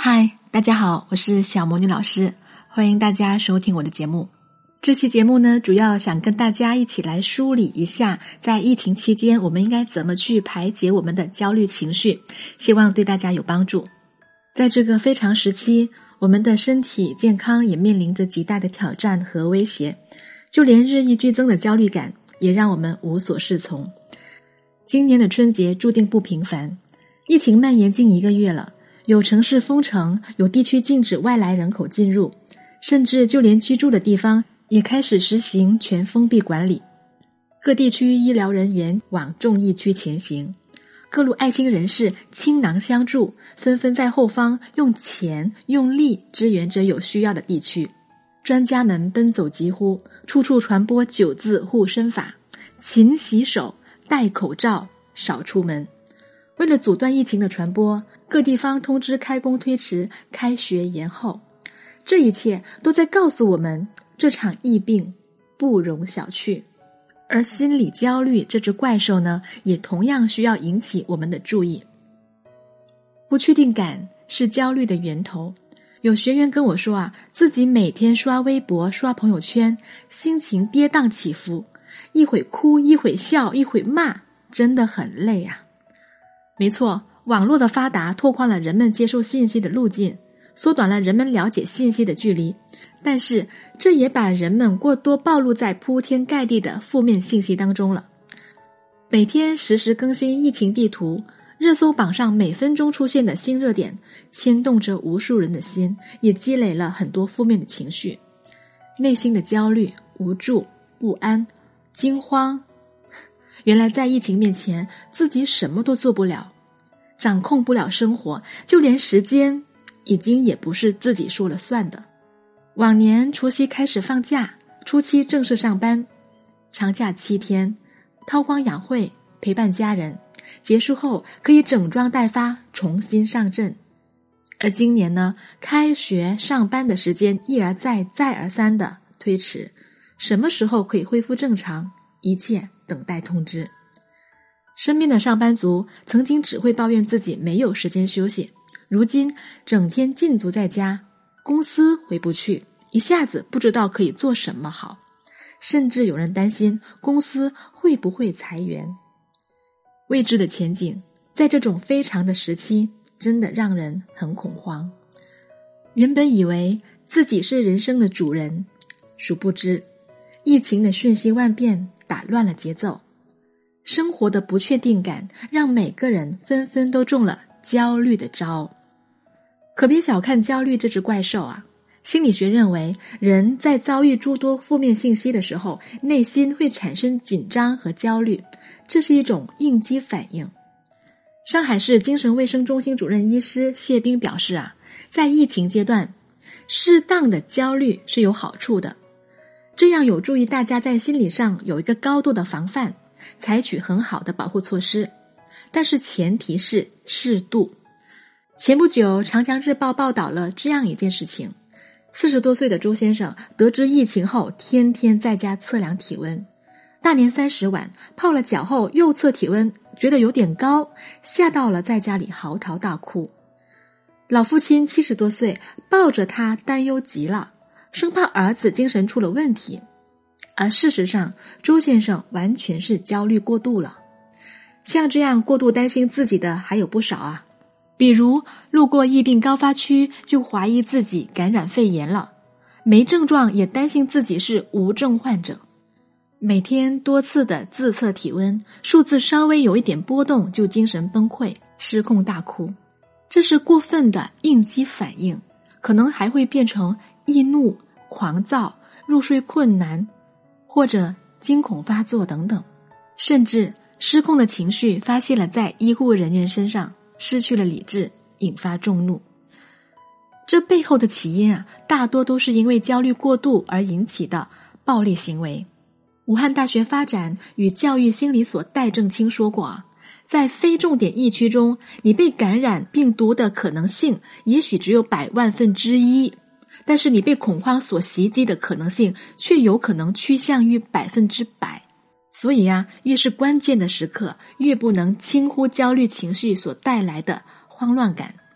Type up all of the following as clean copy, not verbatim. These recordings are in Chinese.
嗨，大家好，我是小魔女老师，欢迎大家收听我的节目。这期节目呢，主要想跟大家一起来梳理一下，在疫情期间我们应该怎么去排解我们的焦虑情绪，希望对大家有帮助。在这个非常时期，我们的身体健康也面临着极大的挑战和威胁，就连日益剧增的焦虑感也让我们无所适从。今年的春节注定不平凡，疫情蔓延近1个月了，有城市封城，有地区禁止外来人口进入，甚至就连居住的地方也开始实行全封闭管理。各地区医疗人员往重疫区前行，各路爱心人士倾囊相助，纷纷在后方用钱用力支援着有需要的地区。专家们奔走疾呼，处处传播9字护身法：勤洗手，戴口罩，少出门。为了阻断疫情的传播，各地方通知开工推迟，开学延后。这一切都在告诉我们，这场疫病不容小觑。而心理焦虑这只怪兽呢，也同样需要引起我们的注意。不确定感是焦虑的源头。有学员跟我说自己每天刷微博刷朋友圈，心情跌宕起伏，一会哭一会笑一会骂，真的很累啊。没错，网络的发达拓宽了人们接受信息的路径，缩短了人们了解信息的距离，但是这也把人们过多暴露在铺天盖地的负面信息当中了。每天实时更新疫情地图，热搜榜上每分钟出现的新热点，牵动着无数人的心，也积累了很多负面的情绪，内心的焦虑、无助、不安、惊慌。原来在疫情面前，自己什么都做不了，掌控不了生活，就连时间已经也不是自己说了算的。往年除夕开始放假，初七正式上班，长假7天，韬光养晦，陪伴家人，结束后可以整装待发，重新上阵。而今年呢，开学上班的时间一而再再而三的推迟，什么时候可以恢复正常，一切等待通知。身边的上班族曾经只会抱怨自己没有时间休息，如今整天禁足在家，公司回不去，一下子不知道可以做什么好，甚至有人担心公司会不会裁员。未知的前景在这种非常的时期真的让人很恐慌。原本以为自己是人生的主人，殊不知疫情的瞬息万变打乱了节奏，生活的不确定感让每个人纷纷都中了焦虑的招。可别小看焦虑这只怪兽心理学认为，人在遭遇诸多负面信息的时候，内心会产生紧张和焦虑，这是一种应激反应。上海市精神卫生中心主任医师谢斌表示在疫情阶段，适当的焦虑是有好处的，这样有助于大家在心理上有一个高度的防范，采取很好的保护措施，但是前提是适度。前不久长江日报报道了这样一件事情，40多岁的周先生得知疫情后，天天在家测量体温，大年30晚泡了脚后又测体温，觉得有点高，吓到了，在家里嚎啕大哭。老父亲70多岁，抱着他担忧极了，生怕儿子精神出了问题。而事实上，周先生完全是焦虑过度了。像这样过度担心自己的还有不少比如路过疫病高发区就怀疑自己感染肺炎了，没症状也担心自己是无症患者，每天多次的自测体温，数字稍微有一点波动就精神崩溃，失控大哭。这是过分的应激反应，可能还会变成易怒、狂躁、入睡困难，或者惊恐发作等等，甚至失控的情绪发泄了在医护人员身上，失去了理智，引发众怒。这背后的起因大多都是因为焦虑过度而引起的暴力行为。武汉大学发展与教育心理所戴正清说过在非重点疫区中，你被感染病毒的可能性也许只有100万分之一，但是你被恐慌所袭击的可能性却有可能趋向于100%。所以越是关键的时刻，越不能轻忽焦虑情绪所带来的慌乱感。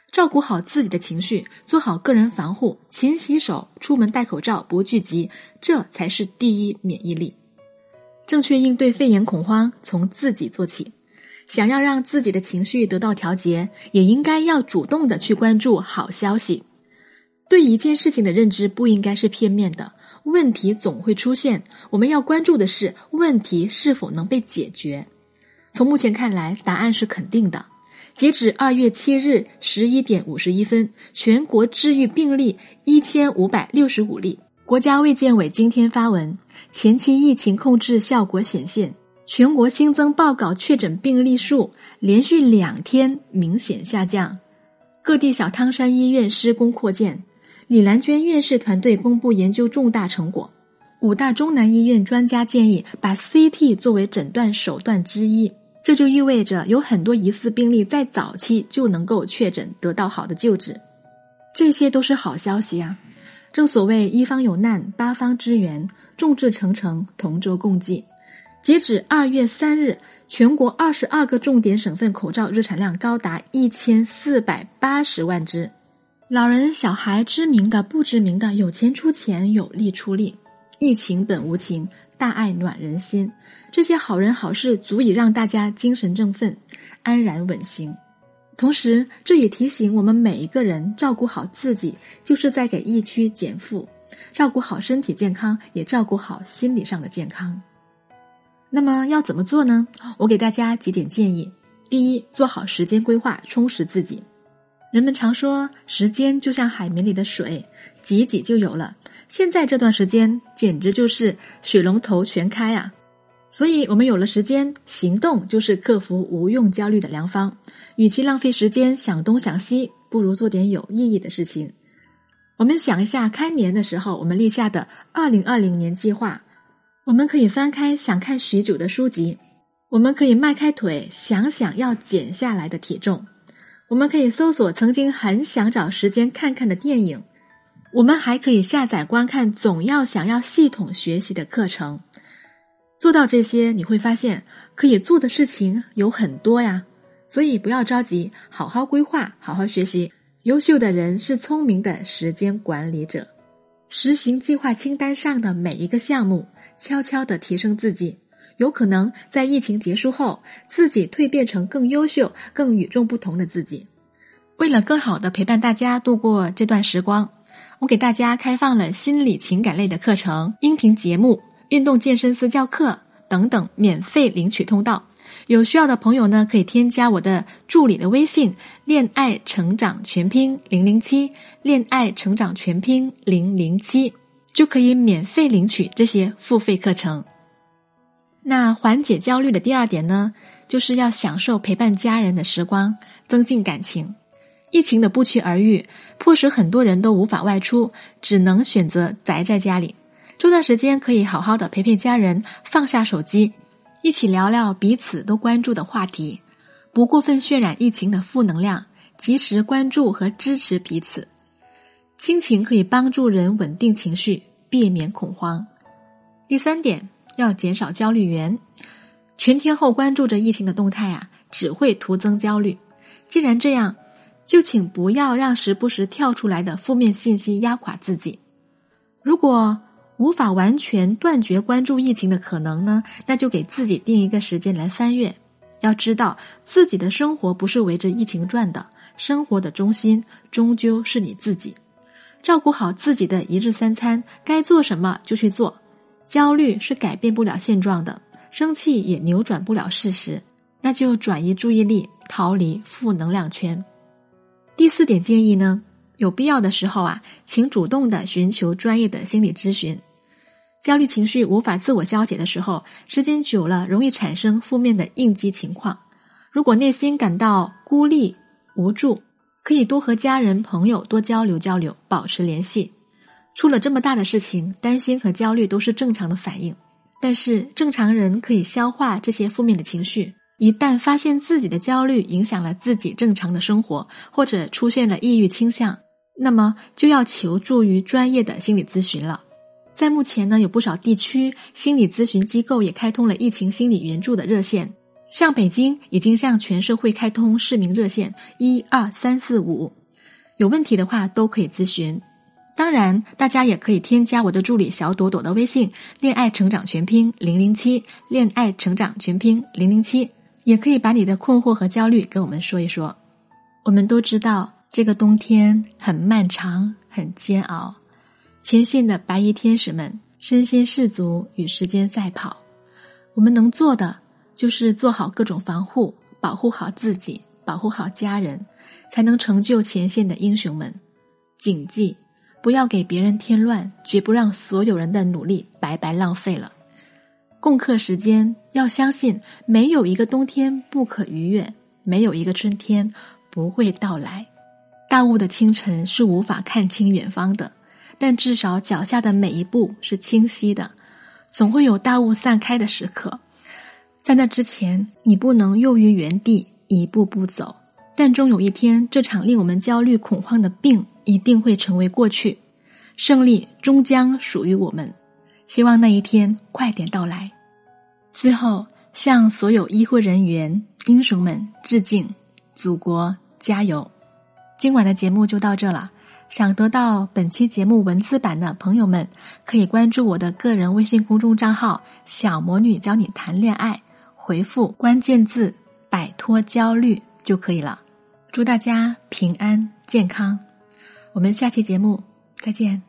照顾好自己的情绪，做好个人防护，勤洗手，出门戴口罩，不聚集，这才是第一免疫力。正确应对肺炎恐慌，从自己做起。想要让自己的情绪得到调节，也应该要主动的去关注好消息。对一件事情的认知不应该是片面的，问题总会出现，我们要关注的是问题是否能被解决。从目前看来，答案是肯定的。截止2月7日11点51分，全国治愈病例1565例。国家卫健委今天发文，前期疫情控制效果显现，全国新增报告确诊病例数连续2天明显下降。各地小汤山医院施工扩建，李兰娟院士团队公布研究重大成果。5大中南医院专家建议把 CT 作为诊断手段之一，这就意味着有很多疑似病例在早期就能够确诊，得到好的救治。这些都是好消息啊！正所谓一方有难，八方支援，众志成城，同舟共济。截止2月3日，全国22个重点省份口罩日产量高达1480万只。老人小孩，知名的不知名的，有钱出钱，有力出力。疫情本无情，大爱暖人心，这些好人好事足以让大家精神振奋，安然稳行。同时，这也提醒我们每一个人，照顾好自己，就是在给疫区减负，照顾好身体健康，也照顾好心理上的健康。那么要怎么做呢？我给大家几点建议。第一，做好时间规划，充实自己。人们常说，时间就像海绵里的水，挤挤就有了。现在这段时间简直就是水龙头全开啊！所以我们有了时间，行动就是克服无用焦虑的良方。与其浪费时间想东想西，不如做点有意义的事情。我们想一下，开年的时候我们立下的2020年计划，我们可以翻开想看许久的书籍，我们可以迈开腿想想要减下来的体重，我们可以搜索曾经很想找时间看看的电影，我们还可以下载观看总要想要系统学习的课程。做到这些，你会发现可以做的事情有很多呀。所以不要着急，好好规划，好好学习。优秀的人是聪明的时间管理者，实行计划清单上的每一个项目，悄悄地提升自己。有可能在疫情结束后，自己蜕变成更优秀、更与众不同的自己。为了更好地陪伴大家度过这段时光，我给大家开放了心理情感类的课程、音频节目、运动健身私教课等等免费领取通道。有需要的朋友呢，可以添加我的助理的微信恋爱成长全拼007，恋爱成长全拼007，就可以免费领取这些付费课程。那缓解焦虑的第二点呢，就是要享受陪伴家人的时光，增进感情。疫情的不期而遇，迫使很多人都无法外出，只能选择宅在家里。这段时间可以好好的陪陪家人，放下手机，一起聊聊彼此都关注的话题，不过分渲染疫情的负能量，及时关注和支持彼此。亲情可以帮助人稳定情绪，避免恐慌。第三点，要减少焦虑源。全天候关注着疫情的动态啊，只会徒增焦虑。既然这样，就请不要让时不时跳出来的负面信息压垮自己。如果无法完全断绝关注疫情的可能呢，那就给自己定一个时间来翻阅。要知道，自己的生活不是围着疫情转的，生活的中心终究是你自己。照顾好自己的一日三餐，该做什么就去做。焦虑是改变不了现状的，生气也扭转不了事实，那就转移注意力，逃离负能量圈。第四点建议呢，有必要的时候啊，请主动的寻求专业的心理咨询。焦虑情绪无法自我消解的时候，时间久了容易产生负面的应激情况。如果内心感到孤立无助，可以多和家人朋友多交流交流，保持联系。出了这么大的事情，担心和焦虑都是正常的反应，但是正常人可以消化这些负面的情绪。一旦发现自己的焦虑影响了自己正常的生活，或者出现了抑郁倾向，那么就要求助于专业的心理咨询了。在目前呢，有不少地区心理咨询机构也开通了疫情心理援助的热线，像北京已经向全社会开通市民热线12345， 有问题的话都可以咨询。当然，大家也可以添加我的助理小朵朵的微信，恋爱成长全拼007，恋爱成长全拼007，也可以把你的困惑和焦虑跟我们说一说。我们都知道这个冬天很漫长，很煎熬，前线的白衣天使们身先士卒，与时间赛跑。我们能做的就是做好各种防护，保护好自己，保护好家人，才能成就前线的英雄们。谨记，不要给别人添乱，绝不让所有人的努力白白浪费了。共克时间，要相信没有一个冬天不可逾越，没有一个春天不会到来。大雾的清晨是无法看清远方的，但至少脚下的每一步是清晰的。总会有大雾散开的时刻，在那之前，你不能囿于原地一步步走，但终有一天，这场令我们焦虑恐慌的病一定会成为过去，胜利终将属于我们。希望那一天快点到来。最后，向所有医护人员、英雄们致敬，祖国加油！今晚的节目就到这了。想得到本期节目文字版的朋友们，可以关注我的个人微信公众账号小魔女教你谈恋爱，回复关键字摆脱焦虑就可以了。祝大家平安健康，我们下期节目再见。